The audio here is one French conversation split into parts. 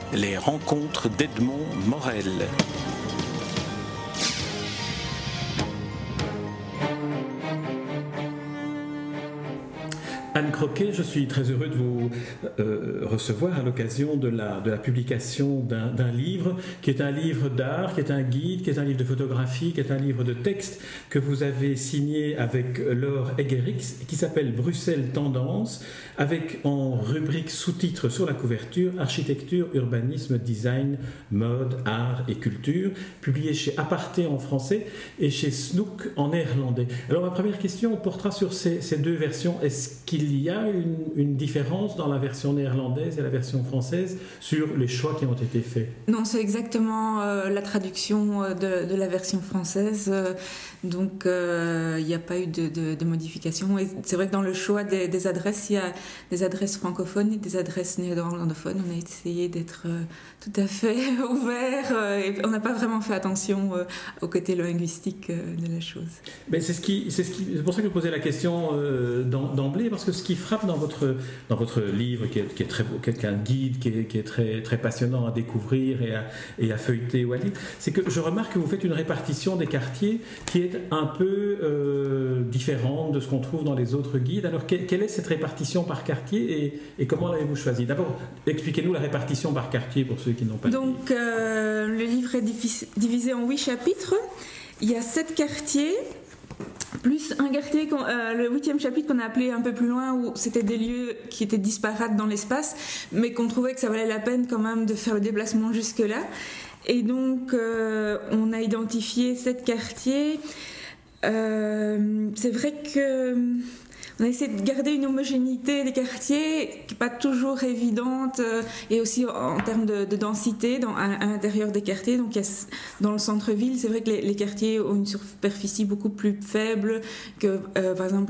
Les rencontres d'Edmond Morel. Anne Croquet, je suis très heureux de vous recevoir à l'occasion de la publication d'un livre qui est un livre d'art, qui est un guide, qui est un livre de photographie, qui est un livre de texte que vous avez signé avec Laure Eggerix, qui s'appelle Bruxelles Tendance, avec en rubrique sous-titre sur la couverture Architecture, urbanisme, design, mode, art et culture, publié chez Aparté en français et chez Snook en néerlandais. Alors ma première question portera sur ces deux versions. Est-ce qu'il y a une différence dans la version néerlandaise et la version française sur les choix qui ont été faits? Non, c'est exactement la traduction de la version française. Donc, il n'y a pas eu de modification. Et c'est vrai que dans le choix des adresses, il y a des adresses francophones et des adresses néerlandophones. On a essayé d'être tout à fait ouvert et on n'a pas vraiment fait attention au côté linguistique de la chose. Mais c'est pour ça que je posais la question d'emblée, parce que ce qui frappe dans votre livre, qui est très beau, qui est un guide, qui est très, très passionnant à découvrir et à feuilleter ou à lire, c'est que je remarque que vous faites une répartition des quartiers qui est un peu différente de ce qu'on trouve dans les autres guides. Alors, quelle est cette répartition par quartier et comment l'avez-vous choisi? D'abord, expliquez-nous la répartition par quartier pour ceux qui n'ont pas lu. Donc, le livre est divisé en 8 chapitres. Il y a 7 quartiers, plus un quartier, le 8e chapitre qu'on a appelé un peu plus loin, où c'était des lieux qui étaient disparates dans l'espace, mais qu'on trouvait que ça valait la peine quand même de faire le déplacement jusque-là. Et donc, on a identifié 7 quartiers. C'est vrai que on a essayé de garder une homogénéité des quartiers qui n'est pas toujours évidente, et aussi en termes de densité à l'intérieur des quartiers. Donc, dans le centre-ville, c'est vrai que les quartiers ont une superficie beaucoup plus faible que, par exemple,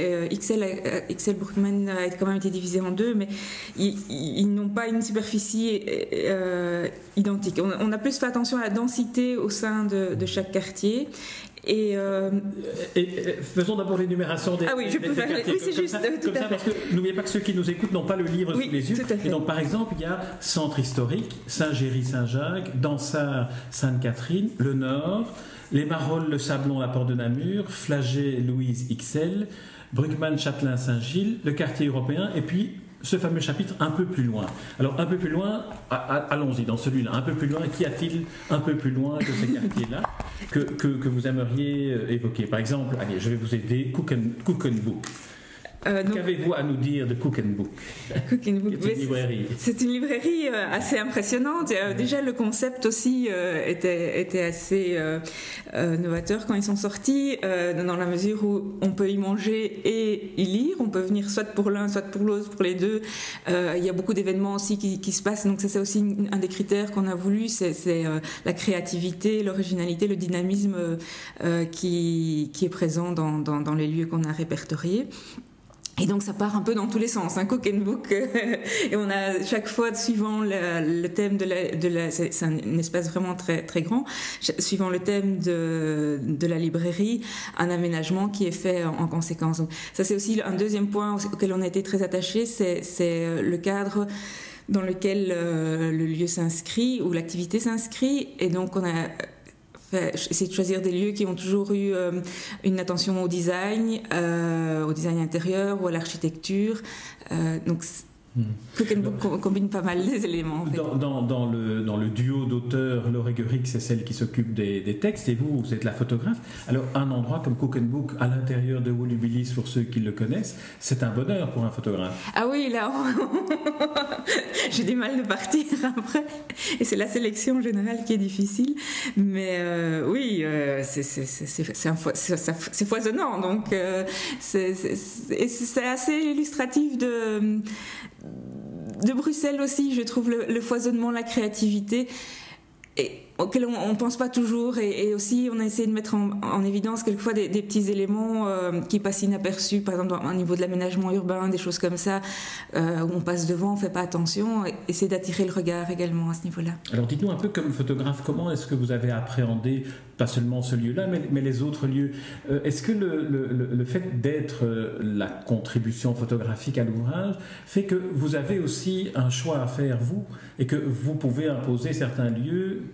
XL Brugman a quand même été divisé en 2, mais ils n'ont pas une superficie identique. On a plus fait attention à la densité au sein de chaque quartier. Et faisons d'abord l'énumération des je peux faire quartiers. Oui, c'est juste. Comme ça, parce que n'oubliez pas que ceux qui nous écoutent n'ont pas le livre sous les yeux. Tout à fait. Et donc, par exemple, il y a Centre historique, Saint-Géry-Saint-Jacques, Dansard, Sainte-Catherine, le Nord, les Marolles, le Sablon, la Porte de Namur, Flagey, Louise, XL, Brugman, Châtelain, Saint-Gilles, le quartier européen, et puis ce fameux chapitre un peu plus loin. Alors, un peu plus loin, allons-y dans celui-là. Un peu plus loin, qu'y a-t-il un peu plus loin que ces quartiers-là que vous aimeriez évoquer? Par exemple, allez, je vais vous aider, Cook and Book. Qu'avez-vous à nous dire de Cook and Book? Cook and Book, c'est une librairie. C'est une librairie assez impressionnante. Déjà, le concept aussi était assez novateur quand ils sont sortis, dans la mesure où on peut y manger et y lire. On peut venir soit pour l'un, soit pour l'autre, pour les deux. Il y a beaucoup d'événements aussi qui se passent. Donc ça, c'est aussi un des critères qu'on a voulu. C'est la créativité, l'originalité, le dynamisme qui est présent dans les lieux qu'on a répertoriés. Et donc ça part un peu dans tous les sens, Cook and Book, et on a chaque fois, suivant le thème c'est un espace vraiment très très grand, suivant le thème de la librairie, un aménagement qui est fait en conséquence. Donc, ça, c'est aussi un deuxième point auquel on a été très attaché, c'est le cadre dans lequel le lieu s'inscrit ou l'activité s'inscrit, et donc on a essayer de choisir des lieux qui ont toujours eu une attention au design intérieur ou à l'architecture. Donc, Cook and Book combine pas mal les éléments. En fait. Dans le duo d'auteurs, Laure Eggerix, c'est celle qui s'occupe des textes, et vous êtes la photographe. Alors, un endroit comme Cook and Book, à l'intérieur de Volubilis, pour ceux qui le connaissent, c'est un bonheur pour un photographe. Ah oui, là, j'ai du mal de partir après. Et c'est la sélection générale qui est difficile. Mais oui, c'est foisonnant. Donc, c'est assez illustratif de Bruxelles aussi, je trouve, le foisonnement, la créativité. Et auxquels on ne pense pas toujours, et aussi on a essayé de mettre en évidence quelquefois des petits éléments qui passent inaperçus, par exemple au niveau de l'aménagement urbain, des choses comme ça, où on passe devant, on ne fait pas attention, et essayer d'attirer le regard également à ce niveau-là. Alors dites-nous un peu, comme photographe, comment est-ce que vous avez appréhendé pas seulement ce lieu-là, mais les autres lieux? Est-ce que le fait d'être la contribution photographique à l'ouvrage fait que vous avez aussi un choix à faire, vous, et que vous pouvez imposer certains lieux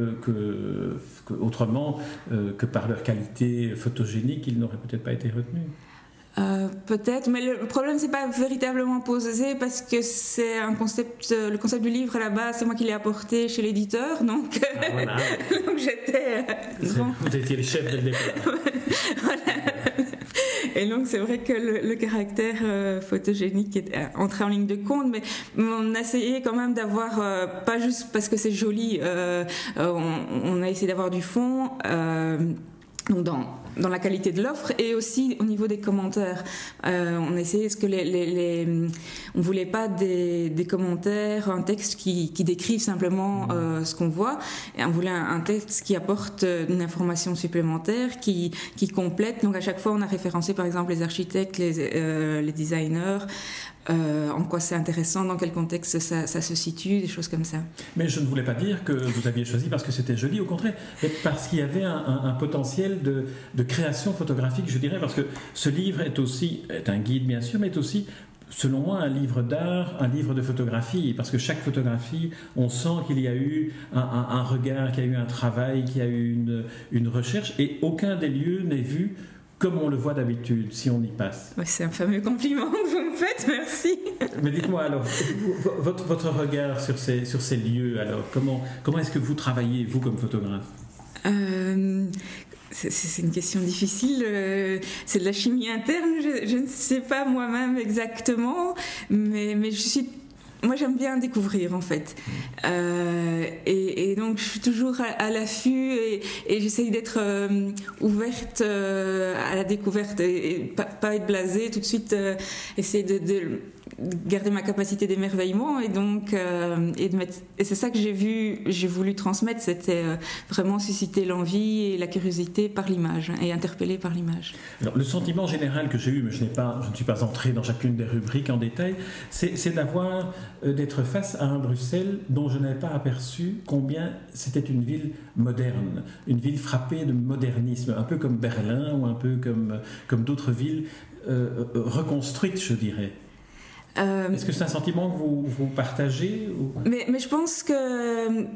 autrement que par leur qualité photogénique, ils n'auraient peut-être pas été retenus? Peut-être, mais le problème c'est pas véritablement posé parce que c'est un concept, le concept du livre à la base, c'est moi qui l'ai apporté chez l'éditeur, donc voilà. donc j'étais. Vous étiez le chef de le départ. Voilà. Et donc c'est vrai que le caractère photogénique est entré en ligne de compte, mais on a essayé quand même d'avoir, pas juste parce que c'est joli, on a essayé d'avoir du fond. Donc dans la qualité de l'offre et aussi au niveau des commentaires. On a essayé, est-ce que on voulait pas des commentaires, un texte qui décrive simplement ce qu'on voit, et on voulait un texte qui apporte une information supplémentaire, qui complète. Donc à chaque fois on a référencé par exemple les architectes, les designers, en quoi c'est intéressant, dans quel contexte ça se situe, des choses comme ça. Mais je ne voulais pas dire que vous aviez choisi parce que c'était joli, au contraire, mais parce qu'il y avait un potentiel de création photographique, je dirais, parce que ce livre est un guide bien sûr, mais est aussi, selon moi, un livre d'art, un livre de photographie, parce que chaque photographie, on sent qu'il y a eu un regard, qu'il y a eu un travail, qu'il y a eu une recherche, et aucun des lieux n'est vu comme on le voit d'habitude, si on y passe. Ouais, c'est un fameux compliment que vous me faites, merci. Mais dites-moi alors, votre regard sur ces lieux, alors, comment est-ce que vous travaillez, vous, comme photographe? C'est une question difficile, c'est de la chimie interne, je ne sais pas moi-même exactement, mais moi j'aime bien découvrir en fait, et donc je suis toujours à l'affût et j'essaye d'être ouverte à la découverte et pas être blasée tout de suite, essayer de garder ma capacité d'émerveillement et donc et c'est ça que j'ai voulu transmettre, c'était vraiment susciter l'envie et la curiosité par l'image et interpeller par l'image. Alors le sentiment général que j'ai eu, mais je ne suis pas entré dans chacune des rubriques en détail, c'est d'être face à un Bruxelles dont je n'avais pas aperçu combien c'était une ville moderne, une ville frappée de modernisme, un peu comme Berlin ou un peu comme d'autres villes reconstruites, je dirais. Est-ce que c'est un sentiment que vous partagez ou... mais je pense que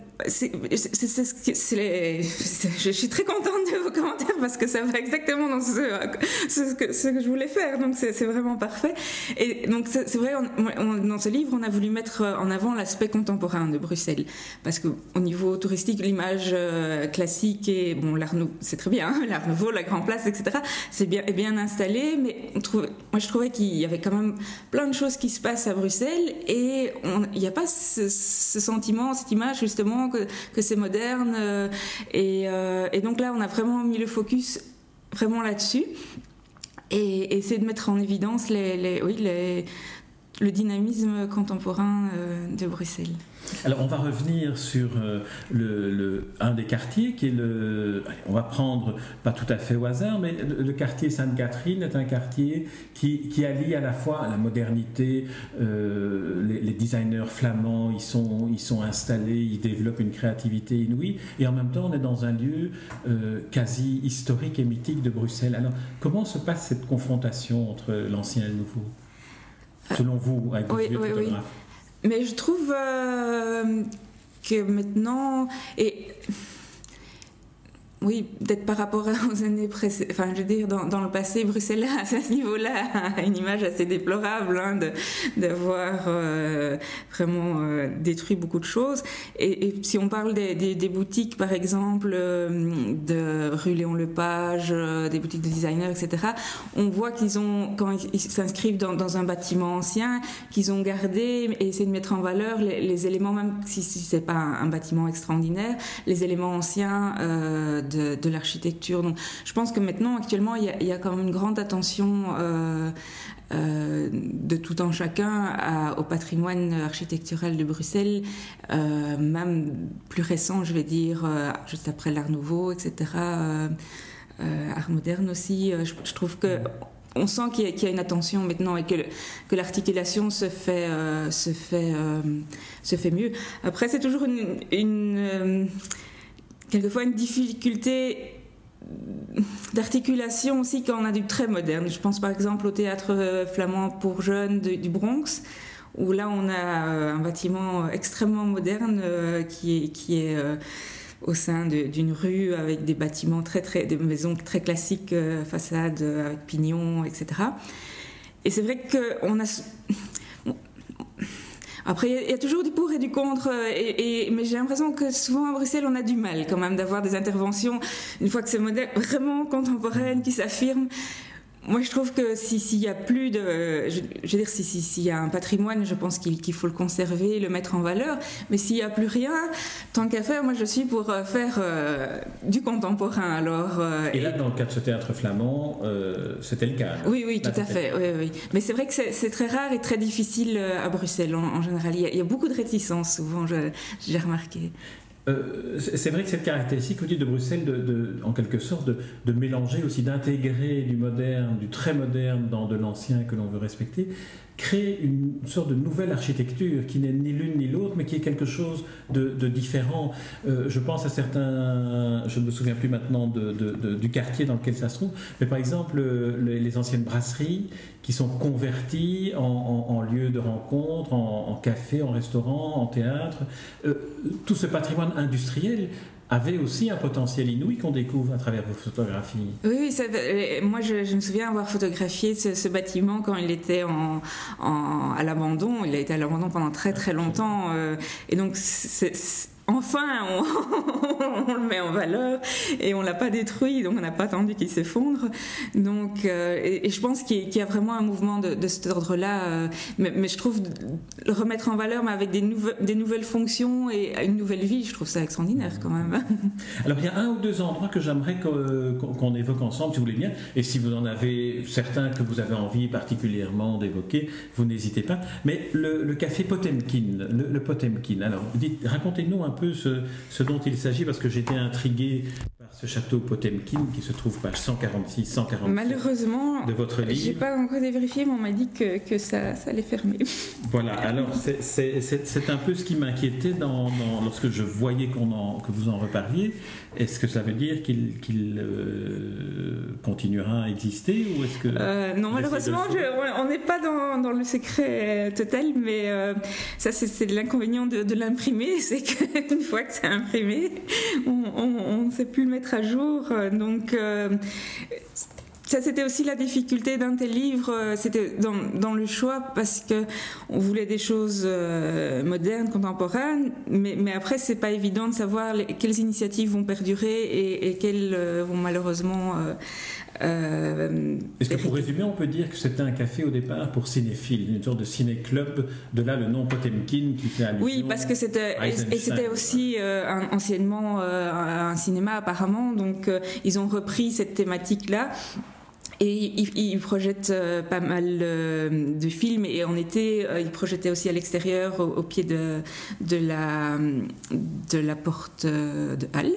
je suis très contente de vos commentaires parce que ça va exactement dans ce que je voulais faire, donc c'est vraiment parfait. Et donc c'est vrai, dans ce livre on a voulu mettre en avant l'aspect contemporain de Bruxelles, parce qu'au niveau touristique l'image classique et bon, l'art nouveau c'est très bien, hein, l'art nouveau, la Grand Place, etc. est bien installé, mais moi je trouvais qu'il y avait quand même plein de choses qui se passe à Bruxelles et il n'y a pas ce sentiment, cette image justement que c'est moderne, et donc là on a vraiment mis le focus vraiment là-dessus et essayer de mettre en évidence le dynamisme contemporain de Bruxelles. Alors on va revenir sur un des quartiers qui est on va prendre, pas tout à fait au hasard, mais le quartier Sainte-Catherine est un quartier qui allie à la fois la modernité, les designers flamands, ils sont installés, ils développent une créativité inouïe, et en même temps on est dans un lieu quasi historique et mythique de Bruxelles. Alors comment se passe cette confrontation entre l'ancien et le nouveau, selon vous, avec vos yeux de photographe? Mais je trouve que maintenant, oui, peut-être par rapport aux années précédentes, enfin je veux dire dans le passé, Bruxelles à ce niveau-là a une image assez déplorable, hein, d'avoir vraiment détruit beaucoup de choses. Et si on parle des boutiques par exemple de rue Léon Lepage, des boutiques de designers, etc., on voit quand ils s'inscrivent dans un bâtiment ancien, qu'ils ont gardé et essayé de mettre en valeur les éléments, même si c'est pas un bâtiment extraordinaire, les éléments anciens de l'architecture. Donc, je pense que maintenant, actuellement, il y a quand même une grande attention de tout un chacun au patrimoine architectural de Bruxelles, même plus récent, je vais dire, juste après l'Art Nouveau, etc., Art moderne aussi. Je trouve que on sent qu'il y a une attention maintenant et que l'articulation se fait mieux. Après, c'est toujours quelquefois une difficulté d'articulation aussi quand on a du très moderne. Je pense par exemple au théâtre flamand pour jeunes du Bronx, où là on a un bâtiment extrêmement moderne qui est au sein d'une rue avec des bâtiments des maisons très classiques, façades avec pignons, etc. Et c'est vrai qu'on a... Après, il y a toujours du pour et du contre, mais j'ai l'impression que souvent à Bruxelles, on a du mal quand même d'avoir des interventions, une fois que c'est moderne, vraiment contemporaine, qui s'affirment. Moi, je trouve que s'il y a plus de... Je veux dire, s'il y a un patrimoine, je pense qu'il faut le conserver, le mettre en valeur. Mais s'il n'y a plus rien, tant qu'à faire, moi, je suis pour faire du contemporain. Alors, et là, dans le cas de ce théâtre flamand, c'était le cas. Oui, tout à fait. Oui. Mais c'est vrai que c'est très rare et très difficile à Bruxelles, en général. Il y a beaucoup de réticences, souvent, j'ai remarqué. C'est vrai que cette caractéristique, vous dites, de Bruxelles, en quelque sorte, de mélanger aussi, d'intégrer du moderne, du très moderne dans de l'ancien que l'on veut respecter, crée une sorte de nouvelle architecture qui n'est ni l'une ni l'autre, mais qui est quelque chose de différent. Je pense à certains, je ne me souviens plus maintenant du quartier dans lequel ça se trouve, mais par exemple les anciennes brasseries qui sont converties en lieux de rencontre, en café, en restaurant, en théâtre. Tout ce patrimoine industriel avait aussi un potentiel inouï qu'on découvre à travers vos photographies. Oui, moi je me souviens avoir photographié ce bâtiment quand il était à l'abandon. Il a été à l'abandon pendant très très longtemps. Et donc enfin, on le met en valeur et on l'a pas détruit, donc on n'a pas attendu qu'il s'effondre. Donc, et je pense qu'il y a vraiment un mouvement de cet ordre-là. Mais je trouve le remettre en valeur, mais avec des nouvelles fonctions et une nouvelle vie, je trouve ça extraordinaire quand même. Alors, il y a un ou deux endroits que j'aimerais qu'on évoque ensemble, si vous voulez bien. Et si vous en avez certains que vous avez envie particulièrement d'évoquer, vous n'hésitez pas. Mais le café Potemkin, le Potemkin. Alors, racontez-nous un peu ce dont il s'agit, parce que j'étais intrigué par ce château Potemkin qui se trouve page 146-147 malheureusement de votre livre. J'ai pas encore vérifié, mais on m'a dit que ça allait fermer. Voilà, alors c'est un peu ce qui m'inquiétait lorsque je voyais que vous en reparliez. Est-ce que ça veut dire qu'il continuera à exister, ou est-ce que non, malheureusement on n'est pas dans le secret total, mais ça c'est l'inconvénient de l'imprimer, c'est qu'une fois que c'est imprimé, on ne sait plus le mettre à jour. Donc ça, c'était aussi la difficulté d'un tel livre, c'était dans le choix, parce qu'on voulait des choses modernes, contemporaines, mais après, c'est pas évident de savoir quelles initiatives vont perdurer et quelles vont malheureusement... Est-ce que pour résumer, on peut dire que c'était un café au départ pour cinéphiles, une sorte de ciné-club, de là le nom Potemkin qui fait allusion. Oui, parce que c'était aussi anciennement un cinéma apparemment, donc ils ont repris cette thématique-là. Et ils projettent pas mal de films, et en été, ils projetaient aussi à l'extérieur, au pied de la porte de Halle.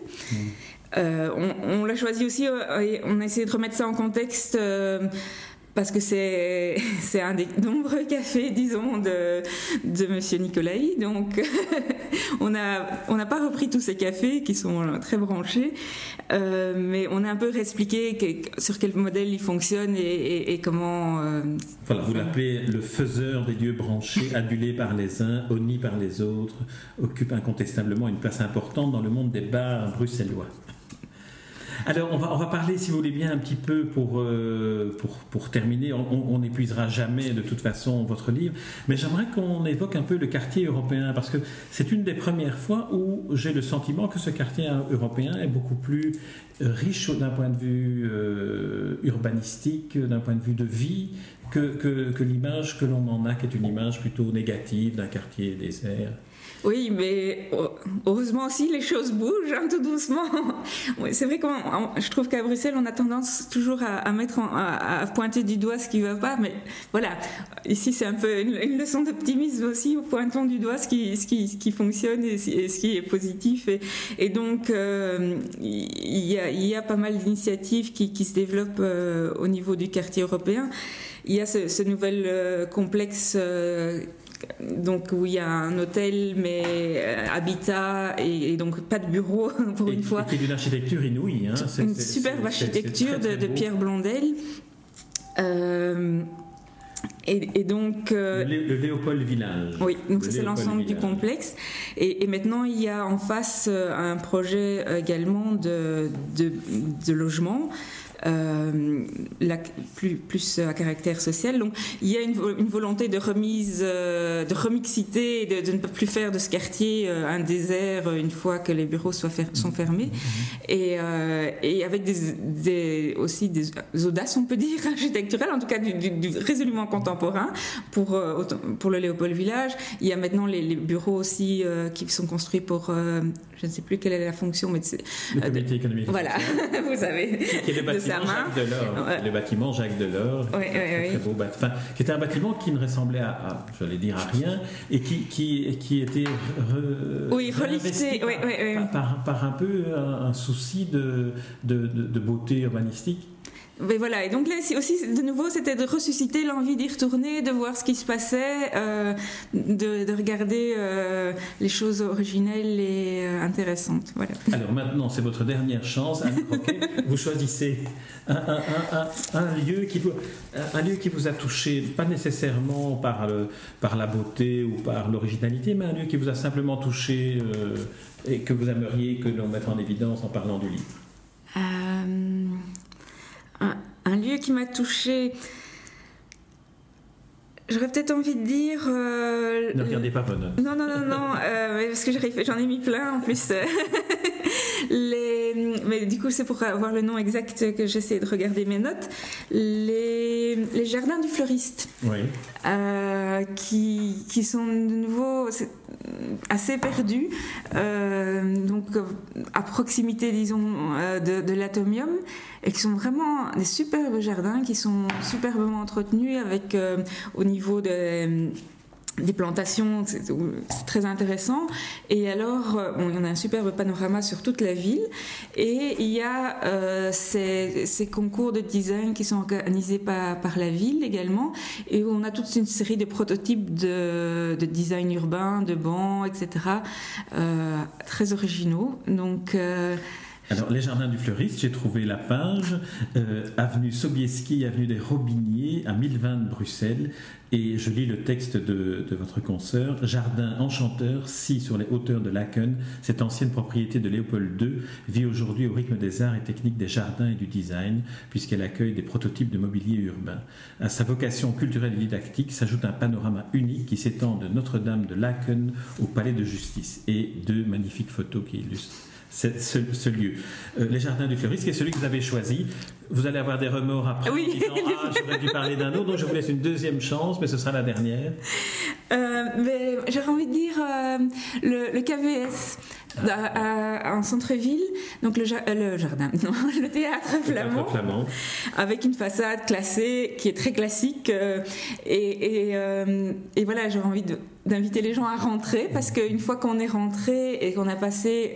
On l'a choisi aussi, et on a essayé de remettre ça en contexte, parce que c'est un des nombreux cafés, disons, de Monsieur Nicolai. Donc, on n'a pas repris tous ces cafés qui sont très branchés, mais on a un peu réexpliqué sur quel modèle il fonctionne et comment... Voilà, vous l'appelez le faiseur des lieux branchés, adulé par les uns, honni par les autres, occupe incontestablement une place importante dans le monde des bars bruxellois. Alors, on va parler, si vous voulez bien, un petit peu pour terminer. On n'épuisera jamais, de toute façon, votre livre. Mais j'aimerais qu'on évoque un peu le quartier européen, parce que c'est une des premières fois où j'ai le sentiment que ce quartier européen est beaucoup plus riche d'un point de vue urbanistique, d'un point de vue de vie, que l'image que l'on en a, qui est une image plutôt négative d'un quartier désert. Oui, mais heureusement aussi, les choses bougent tout doucement. C'est vrai que je trouve qu'à Bruxelles, on a tendance toujours à pointer du doigt ce qui ne va pas, mais voilà, ici c'est un peu une leçon d'optimisme aussi, pointons du doigt ce qui fonctionne et ce qui est positif. Et donc, il y a pas mal d'initiatives qui se développent au niveau du quartier européen. Il y a ce nouvel complexe donc où il y a un hôtel mais habitat et donc pas de bureau pour une fois. Et qui est d'une architecture inouïe. Hein. Une superbe architecture de Pierre Blondel. Et donc le Léopold Village. Oui, donc c'est l'ensemble du complexe. Et maintenant il y a en face un projet également de logement. Plus à caractère social. Donc il y a une volonté de remise, de remixité, de ne plus faire de ce quartier un désert une fois que les bureaux sont fermés. Et avec aussi des audaces, on peut dire, architecturales, en tout cas du résolument contemporain pour le Léopold Village. Il y a maintenant les bureaux aussi qui sont construits pour, je ne sais plus quelle est la fonction, mais le comité économique. Voilà, vous savez. Qui est le bâtiment Jacques Delors. Ouais. Le bâtiment Jacques Delors, très beau bâtiment. Qui était un bâtiment qui ne ressemblait à j'allais dire à rien, et qui était relifté par un peu un souci de beauté urbanistique. Mais voilà, et donc là aussi, de nouveau, c'était de ressusciter l'envie d'y retourner, de voir ce qui se passait, de regarder les choses originelles et intéressantes. Voilà. Alors maintenant, c'est votre dernière chance, Anne Croquet. Vous choisissez un lieu qui vous a touché, pas nécessairement par la beauté ou par l'originalité, mais un lieu qui vous a simplement touché et que vous aimeriez que l'on mette en évidence en parlant du livre. Un lieu qui m'a touchée, j'aurais peut-être envie de dire... ne regardez pas vos notes. Non, parce que j'en ai mis plein en plus. Mais du coup, c'est pour avoir le nom exact que j'essaie de regarder mes notes. Les jardins du fleuriste. Oui. Qui sont de nouveau assez perdus, donc à proximité, disons, de l'Atomium, et qui sont vraiment des superbes jardins qui sont superbement entretenus avec au niveau des plantations, c'est très intéressant. Et alors, il y en a un superbe panorama sur toute la ville. Et il y a ces concours de design qui sont organisés par la ville également, et où on a toute une série de prototypes de design urbain, de bancs, etc. Très originaux. Donc... Alors, les jardins du fleuriste, j'ai trouvé la page, avenue Sobieski, avenue des Robiniers, à 1020 de Bruxelles, et je lis le texte de votre consoeur. Jardin enchanteur, si sur les hauteurs de Laken, cette ancienne propriété de Léopold II vit aujourd'hui au rythme des arts et techniques des jardins et du design, puisqu'elle accueille des prototypes de mobilier urbain. À sa vocation culturelle et didactique s'ajoute un panorama unique qui s'étend de Notre-Dame de Laken au Palais de Justice, et deux magnifiques photos qui illustrent ce lieu. Les jardins du fleuriste, qui est celui que vous avez choisi. Vous allez avoir des remords après en disant j'aurais dû parler d'un autre, donc je vous laisse une deuxième chance, mais ce sera la dernière. Mais j'aurais envie de dire le KVS en centre-ville, donc le théâtre flamand, avec une façade classée qui est très classique, et voilà, j'aurais envie d'inviter les gens à rentrer, parce qu'une fois qu'on est rentré et qu'on a passé,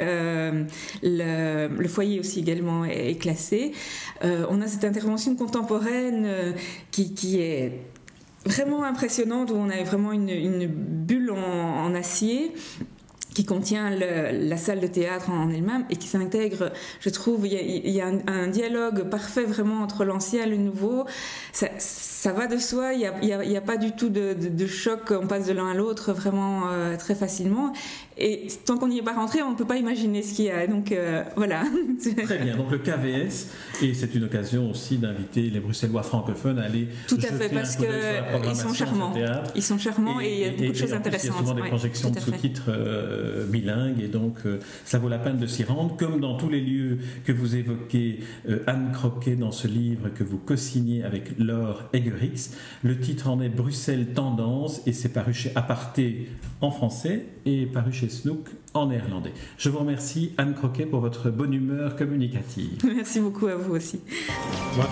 le foyer aussi également est classé, on a cette intervention contemporaine qui est vraiment impressionnante, où on a vraiment une bulle en acier qui contient la salle de théâtre en elle-même, et qui s'intègre, je trouve, il y a un dialogue parfait vraiment entre l'ancien et le nouveau. Ça va de soi, il n'y a pas du tout de choc, on passe de l'un à l'autre vraiment très facilement, et tant qu'on n'y est pas rentré, on ne peut pas imaginer ce qu'il y a, donc voilà. Très bien, donc le KVS, et c'est une occasion aussi d'inviter les Bruxellois francophones à aller tout à fait, parce qu'ils sont charmants, et il y a beaucoup de choses intéressantes. Il y a souvent des projections de sous-titres bilingue, et donc ça vaut la peine de s'y rendre, comme dans tous les lieux que vous évoquez, Anne Croquet, dans ce livre que vous co-signez avec Laure Egerix. Le titre en est Bruxelles Tendance, et c'est paru chez Aparté en français et paru chez Snoek en néerlandais. Je vous remercie, Anne Croquet, pour votre bonne humeur communicative. Merci beaucoup à vous aussi. Voilà.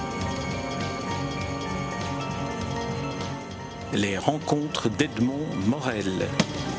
Les rencontres d'Edmond Morel.